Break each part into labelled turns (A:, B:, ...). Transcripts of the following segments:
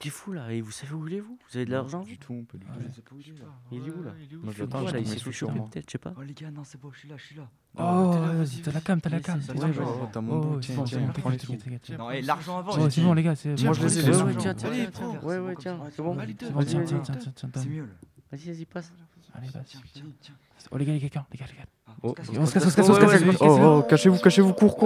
A: qu'il fout là? Et vous savez où il est, vous? Vous avez de l'argent?
B: Du tout, pas du tout.
C: Je sais pas où il est là.
A: Il est où là?
B: Moi,
A: Il
B: j'attends,
A: quoi,
B: j'ai
A: là? Il
B: tous
A: s'est
B: mes
A: fait
B: sous sur
A: choper
B: moi.
A: peut-être, je sais pas.
C: Oh les gars, non, c'est bon, je suis là.
D: Oh,
C: t'es là,
D: vas-y, t'as la cam,
A: Vas-y,
D: cam.
A: c'est
D: Ouais,
A: bon,
D: ouais,
A: vas-y.
B: Oh, t'as mon
D: Oh,
B: bout,
D: c'est
B: tiens,
D: bon,
B: tiens,
D: c'est
B: prends les sous.
D: bon.
C: Non, et l'argent avant.
D: Oh,
C: j'ai
D: c'est
C: dit.
D: bon, les gars, c'est
C: Tiens,
D: moi je
C: prends
D: laisse
C: les
D: les
C: sous.
D: sous.
C: Ouais,
A: tiens,
C: tiens,
A: tiens,
C: prends.
A: ouais, ouais, tiens, c'est bon.
C: Allez,
D: C'est bon, tiens,
A: Vas-y,
D: tiens,
A: vas-y.
D: tiens.
C: C'est mieux là.
A: Vas-y, passe.
D: Allez, vas-y.
C: Tiens.
D: Oh, les gars, les gars.
C: Ah,
A: Oh,
D: On se casse, on se casse,
A: Ouais,
D: on se casse.
A: ouais,
B: Oh, cachez-vous, cours.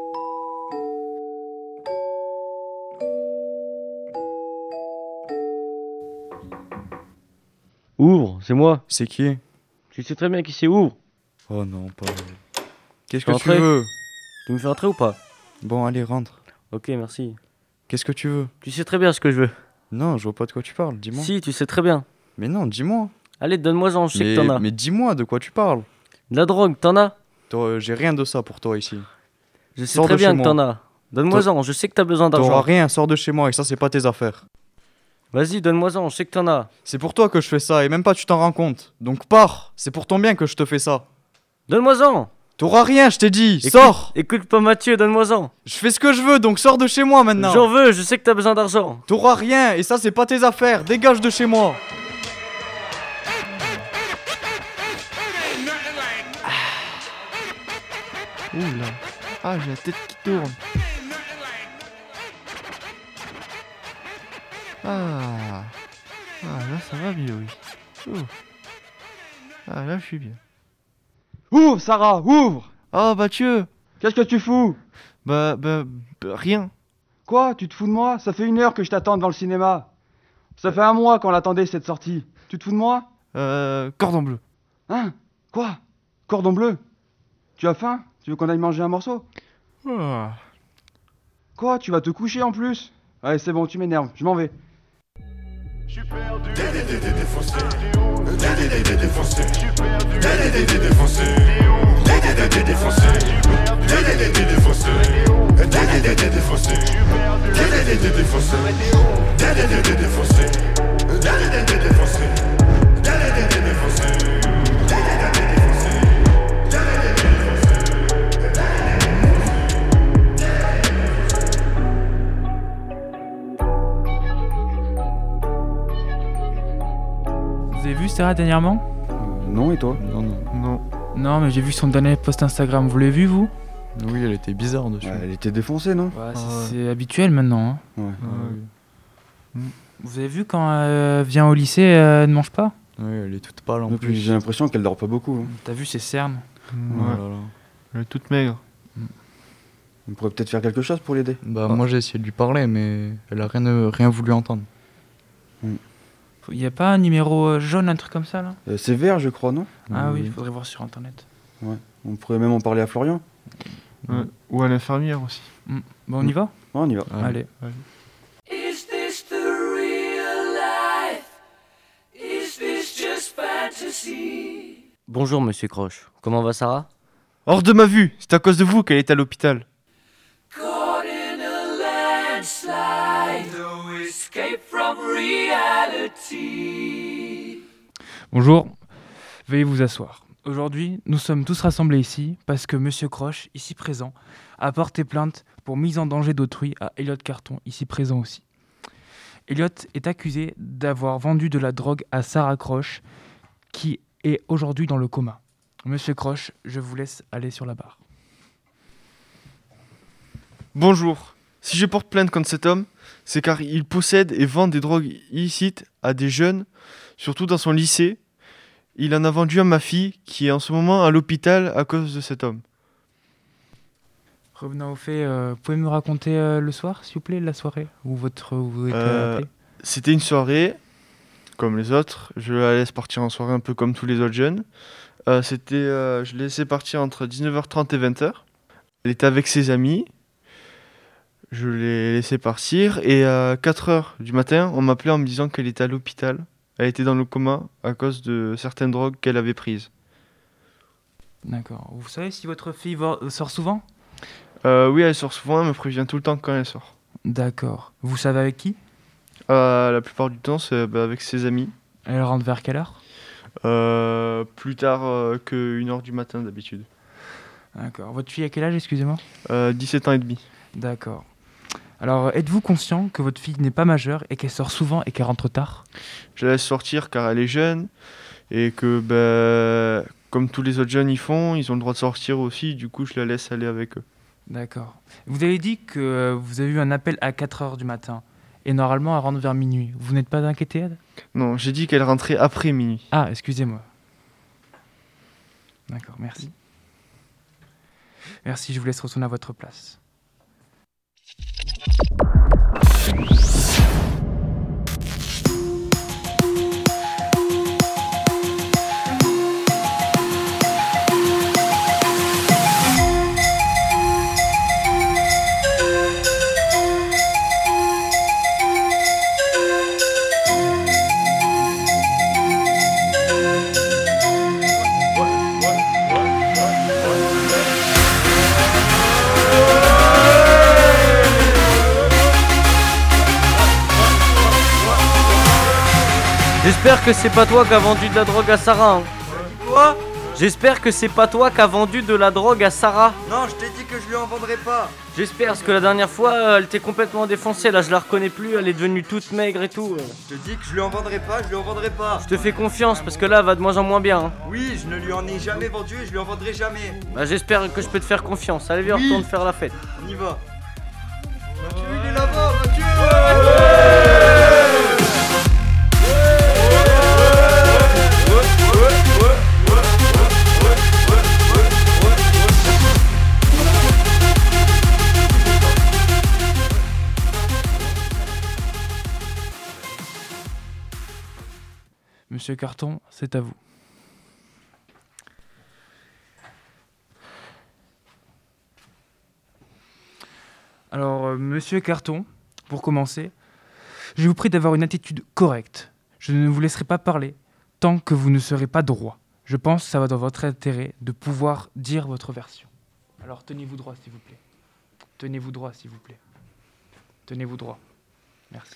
A: Ouvre, c'est moi.
B: C'est qui?
A: Tu sais très bien qui c'est, ouvre.
B: Oh non, pas. Qu'est-ce
A: Tu
B: que tu
A: entrer
B: veux?
A: Tu me fais entrer ou pas?
B: Bon, allez, rentre.
A: Ok, merci.
B: Qu'est-ce que tu veux?
A: Tu sais très bien ce que je veux.
B: Non, je vois pas de quoi tu parles, dis-moi.
A: Si, tu sais très bien.
B: Mais non, dis-moi.
A: Allez, donne-moi-en, je sais que t'en as.
B: Mais dis-moi de quoi tu parles.
A: De la drogue, t'en as?
B: J'ai rien de ça pour toi ici.
A: Je sais
B: Sors
A: très
B: de
A: bien
B: chez
A: que t'en as. Donne-moi-en, je sais que t'as besoin
B: T'auras
A: d'argent.
B: rien, sors de chez moi et ça, c'est pas tes affaires.
A: Vas-y, donne-moi-en, je sais que t'en as.
B: C'est pour toi que je fais ça et même pas tu t'en rends compte. Donc pars, c'est pour ton bien que je te fais ça.
A: Donne-moi-en.
B: T'auras rien, je t'ai dit,
A: Écoute-
B: sors.
A: Écoute pas Mathieu, donne-moi-en.
B: Je fais ce que je veux, donc sors de chez moi maintenant.
A: J'en veux, je sais que t'as besoin d'argent.
B: T'auras rien et ça, c'est pas tes affaires. Dégage de chez moi.
D: Oula. Ah, j'ai la tête qui tourne. Ah. Ah, là, ça va mieux, oui. Ouh. Ah, là, je suis bien.
C: Ouvre, Sarah, ouvre.
D: Oh, Mathieu.
C: Qu'est-ce que tu fous?
D: Rien.
C: Quoi? Tu te fous de moi? Ça fait 1 heure que je t'attends devant le cinéma. Ça fait 1 mois qu'on l'attendait cette sortie. Tu te fous de moi?
D: Cordon bleu.
C: Hein? Quoi? Cordon bleu? Tu as faim? Tu veux qu'on aille manger un morceau?
D: Ah.
C: Quoi? Tu vas te coucher en plus? Allez, c'est bon, tu m'énerves, je m'en vais.
D: Vous avez vu Sarah dernièrement?
B: Non, et toi? Non.
D: Non. Non, mais j'ai vu son dernier post Instagram. Vous l'avez vu, vous?
B: Oui, elle était bizarre dessus.
C: Elle était défoncée, non?
D: Ouais, c'est habituel maintenant. Hein.
C: Ouais.
D: Vous avez vu quand elle vient au lycée, elle ne mange pas?
B: Oui, elle est toute pâle en
C: Et
B: plus.
C: puis j'ai l'impression qu'elle dort pas beaucoup. Hein.
D: T'as vu ses cernes?
B: Oh là là.
D: Elle est toute maigre.
C: On pourrait peut-être faire quelque chose pour l'aider.
B: Bah, moi j'ai essayé de lui parler, mais elle a rien voulu entendre.
D: Il n'y a pas un numéro jaune, un truc comme ça là?
C: C'est vert, je crois, non?
D: Ah oui, il faudrait voir sur internet.
C: On pourrait même en parler à Florian.
E: Ouais. Ou à l'infirmière aussi.
D: Bon, on y va?
C: Ouais, on y va.
D: Allez.
F: Is this the real life? Is this just fantasy?
A: Bonjour, monsieur Croche. Comment va Sarah?
E: Hors de ma vue. C'est à cause de vous qu'elle est à l'hôpital.
F: Caught in a landslide, no escape from reality.
D: Bonjour, veuillez vous asseoir. Aujourd'hui, nous sommes tous rassemblés ici parce que Monsieur Croche, ici présent, a porté plainte pour mise en danger d'autrui à Elliot Carton, ici présent aussi. Elliot est accusé d'avoir vendu de la drogue à Sarah Croche, qui est aujourd'hui dans le coma. Monsieur Croche, je vous laisse aller sur la barre.
E: Bonjour. Si je porte plainte contre cet homme, c'est car il possède et vend des drogues illicites à des jeunes, surtout dans son lycée. Il en a vendu à ma fille, qui est en ce moment à l'hôpital à cause de cet homme.
D: Revenons au fait, pouvez me raconter le soir, s'il vous plaît, la soirée où vous êtes appelé?
E: C'était une soirée, comme les autres. Je la laisse partir en soirée un peu comme tous les autres jeunes. Je l'ai laissé partir entre 19h30 et 20h. Elle était avec ses amis. Je l'ai laissé partir et à 4h du matin, on m'appelait en me disant qu'elle était à l'hôpital. Elle était dans le coma à cause de certaines drogues qu'elle avait prises.
D: D'accord. Vous savez si votre fille sort souvent?
E: Oui, elle sort souvent, elle me prévient tout le temps quand elle sort.
D: D'accord. Vous savez avec qui?
E: La plupart du temps, c'est avec ses amis.
D: Elle rentre vers quelle heure?
E: Plus tard que 1h du matin d'habitude.
D: D'accord. Votre fille a quel âge, excusez-moi?
E: 17 ans et demi.
D: D'accord. Alors, êtes-vous conscient que votre fille n'est pas majeure et qu'elle sort souvent et qu'elle rentre tard?
E: Je la laisse sortir car elle est jeune et que, comme tous les autres jeunes y font, ils ont le droit de sortir aussi, du coup je la laisse aller avec eux.
D: D'accord. Vous avez dit que vous avez eu un appel à 4h du matin et normalement elle rentre vers minuit. Vous n'êtes pas inquiété, elle?
E: Non, j'ai dit qu'elle rentrait après minuit.
D: Ah, excusez-moi. D'accord, merci. Merci, je vous laisse retourner à votre place.
A: J'espère que c'est pas toi qui as vendu de la drogue à Sarah. Hein.
G: Quoi?
A: J'espère que c'est pas toi qui as vendu de la drogue à Sarah.
G: Non, je t'ai dit que je lui en vendrais pas.
A: J'espère, parce que la dernière fois, elle t'est complètement défoncée. Là, je la reconnais plus, elle est devenue toute maigre et tout.
G: Je te dis que je lui en vendrai pas, je lui en vendrai pas.
A: Je te fais confiance, parce que là, elle va de moins en moins bien. Hein.
G: Oui, je ne lui en ai jamais vendu et je lui en vendrai jamais.
A: Bah, j'espère que je peux te faire confiance. Allez, viens,
G: Oui.
A: retourne faire la fête.
G: On y va. Mathieu, il est là-bas, Mathieu.
D: Monsieur Carton, c'est à vous. Alors, Monsieur Carton, pour commencer, je vous prie d'avoir une attitude correcte. Je ne vous laisserai pas parler tant que vous ne serez pas droit. Je pense que ça va dans votre intérêt de pouvoir dire votre version. Alors, tenez-vous droit, s'il vous plaît. Tenez-vous droit, s'il vous plaît. Tenez-vous droit. Merci.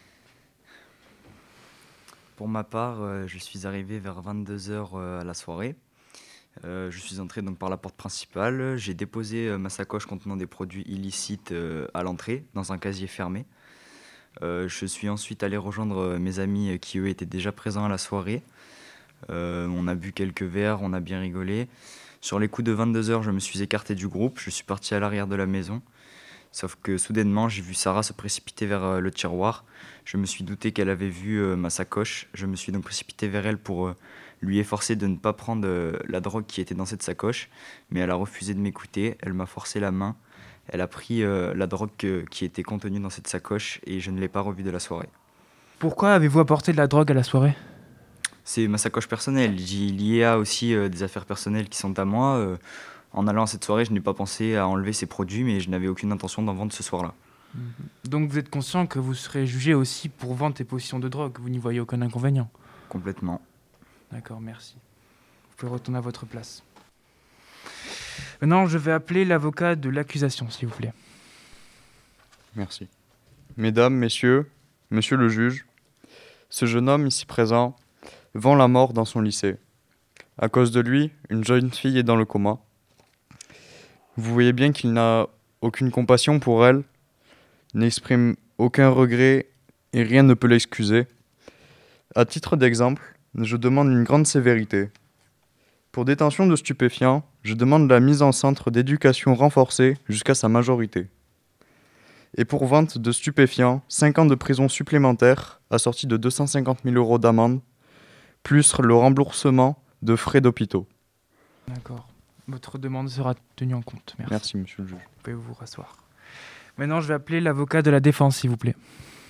H: Pour ma part, je suis arrivé vers 22h à la soirée. Je suis entré donc par la porte principale. J'ai déposé ma sacoche contenant des produits illicites à l'entrée, dans un casier fermé. Je suis ensuite allé rejoindre mes amis qui, eux, étaient déjà présents à la soirée. On a bu quelques verres, on a bien rigolé. Sur les coups de 22h, je me suis écarté du groupe. Je suis parti à l'arrière de la maison. Sauf que soudainement, j'ai vu Sarah se précipiter vers le tiroir. Je me suis douté qu'elle avait vu ma sacoche. Je me suis donc précipité vers elle pour lui efforcer de ne pas prendre la drogue qui était dans cette sacoche. Mais elle a refusé de m'écouter. Elle m'a forcé la main. Elle a pris la drogue qui était contenue dans cette sacoche et je ne l'ai pas revue de la soirée.
D: Pourquoi avez-vous apporté de la drogue à la soirée?
H: C'est ma sacoche personnelle. Il y a aussi des affaires personnelles qui sont à moi. En allant à cette soirée, je n'ai pas pensé à enlever ces produits, mais je n'avais aucune intention d'en vendre ce soir-là.
D: Donc vous êtes conscient que vous serez jugé aussi pour vente et possession de drogue. Vous n'y voyez aucun inconvénient?
H: Complètement.
D: D'accord, merci. Vous pouvez retourner à votre place. Maintenant, je vais appeler l'avocat de l'accusation, s'il vous plaît.
B: Merci. Mesdames, messieurs, monsieur le juge, ce jeune homme ici présent vend la mort dans son lycée. À cause de lui, une jeune fille est dans le coma. Vous voyez bien qu'il n'a aucune compassion pour elle, n'exprime aucun regret et rien ne peut l'excuser. À titre d'exemple, je demande une grande sévérité. Pour détention de stupéfiants, je demande la mise en centre d'éducation renforcée jusqu'à sa majorité. Et pour vente de stupéfiants, 5 ans de prison supplémentaire assortis de 250 000 € d'amende, plus le remboursement de frais d'hôpitaux.
D: D'accord. Votre demande sera tenue en compte. Merci.
B: Merci, monsieur le juge.
D: Vous pouvez vous rasseoir. Maintenant, je vais appeler l'avocat de la défense, s'il vous plaît.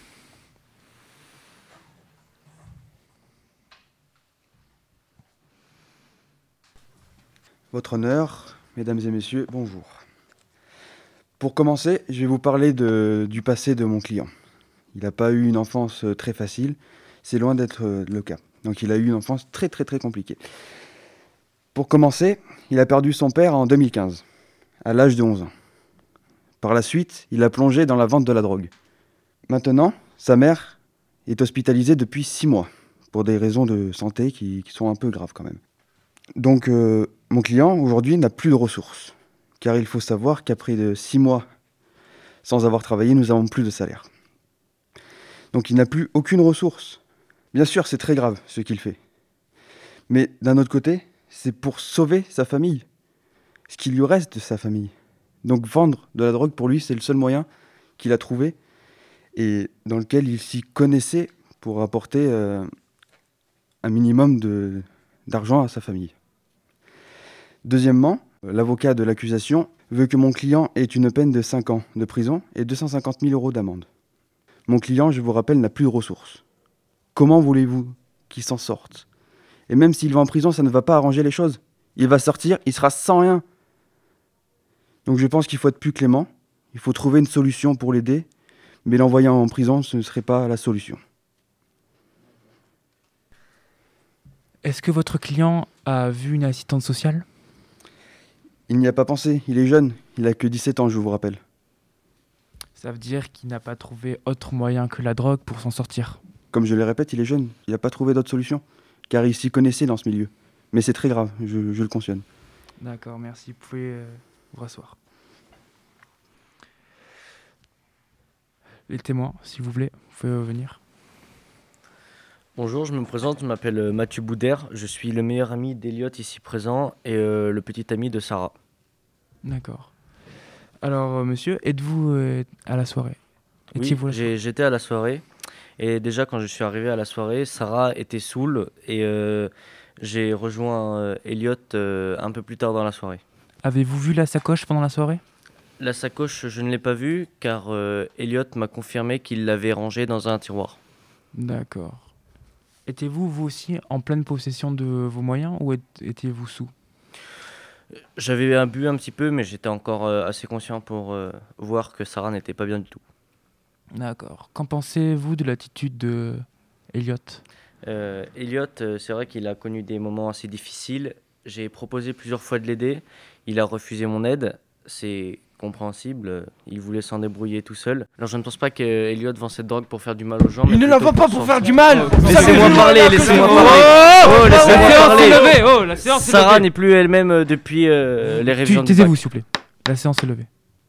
C: Votre honneur, mesdames et messieurs, bonjour. Pour commencer, je vais vous parler du passé de mon client. Il n'a pas eu une enfance très facile, c'est loin d'être le cas. Donc il a eu une enfance très compliquée. Pour commencer, il a perdu son père en 2015, à l'âge de 11 ans. Par la suite, il a plongé dans la vente de la drogue. Maintenant, sa mère est hospitalisée depuis 6 mois, pour des raisons de santé qui sont un peu graves quand même. Donc mon client, aujourd'hui, n'a plus de ressources. Car il faut savoir qu'après 6 mois Sans avoir travaillé, nous n'avons plus de salaire. Donc il n'a plus aucune ressource. Bien sûr, c'est très grave ce qu'il fait. Mais d'un autre côté, c'est pour sauver sa famille. Ce qu'il lui reste de sa famille. Donc vendre de la drogue, pour lui, c'est le seul moyen qu'il a trouvé et dans lequel il s'y connaissait pour apporter un minimum d'argent à sa famille. Deuxièmement, l'avocat de l'accusation veut que mon client ait une peine de 5 ans de prison et 250 000 € d'amende. Mon client, je vous rappelle, n'a plus de ressources. Comment voulez-vous qu'il s'en sorte? Et même s'il va en prison, ça ne va pas arranger les choses. Il va sortir, il sera sans rien. Donc je pense qu'il faut être plus clément. Il faut trouver une solution pour l'aider. Mais l'envoyer en prison, ce ne serait pas la solution.
D: Est-ce que votre client a vu une assistante sociale?
C: Il n'y a pas pensé. Il est jeune. Il n'a que 17 ans, je vous rappelle.
D: Ça veut dire qu'il n'a pas trouvé autre moyen que la drogue pour s'en sortir.
C: Comme je le répète, il est jeune. Il n'a pas trouvé d'autre solution. Car il s'y connaissait dans ce milieu. Mais c'est très grave, je le cautionne.
D: D'accord, merci. Vous pouvez vous rasseoir. Les témoins, si vous voulez, vous pouvez venir.
A: Bonjour, je me présente, je m'appelle Mathieu Boudère, je suis le meilleur ami d'Eliott ici présent et le petit ami de Sarah.
D: D'accord. Alors, monsieur, êtes-vous à la soirée?
A: Oui,
D: Étiez-vous à la soirée
A: j'étais à la soirée et déjà quand je suis arrivé à la soirée, Sarah était saoule et j'ai rejoint Eliott un peu plus tard dans la soirée.
D: Avez-vous vu la sacoche pendant la soirée?
A: La sacoche, je ne l'ai pas vue car Eliott m'a confirmé qu'il l'avait rangée dans un tiroir.
D: D'accord. Étiez-vous, vous aussi, en pleine possession de vos moyens ou étiez-vous sous?
A: J'avais bu un petit peu mais j'étais encore assez conscient pour voir que Sarah n'était pas bien du tout.
D: D'accord. Qu'en pensez-vous de l'attitude de Eliott?
A: Eliott, c'est vrai qu'il a connu des moments assez difficiles. J'ai proposé plusieurs fois de l'aider. Il a refusé mon aide. C'est compréhensible. Il voulait s'en débrouiller tout seul. Alors je ne pense pas qu'Eliott vend cette drogue pour faire du mal aux gens.
G: Il ne la vend pas pour faire du mal.
A: Laissez-moi parler, laissez-moi parler. Laissez-moi parler.
D: Oh, la séance est
A: Sarah
D: levée.
A: n'est plus elle-même depuis les révisions du bac.
D: Taisez-vous, s'il vous plaît. La séance est levée.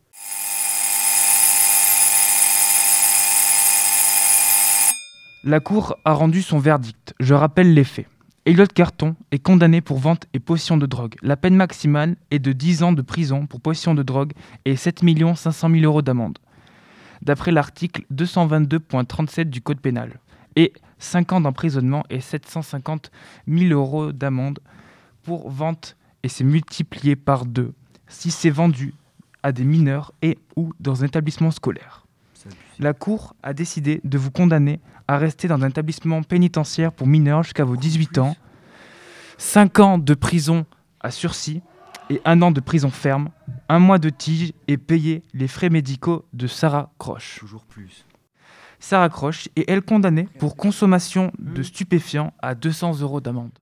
D: La Cour a rendu son verdict. Je rappelle les faits. Eliott Carton est condamné pour vente et possession de drogue. La peine maximale est de 10 ans de prison pour possession de drogue et 7 500 000 € d'amende, d'après l'article 222.37 du Code pénal, et 5 ans d'emprisonnement et 750 000 € d'amende pour vente, et c'est multiplié par 2 si c'est vendu à des mineurs et ou dans un établissement scolaire. La Cour a décidé de vous condamner à rester dans un établissement pénitentiaire pour mineurs jusqu'à vos 18 ans, 5 ans de prison à sursis et 1 an de prison ferme, 1 mois de tige et payer les frais médicaux de Sarah Croche.
H: Toujours plus.
D: Sarah Croche est elle condamnée pour consommation de stupéfiants à 200 € d'amende.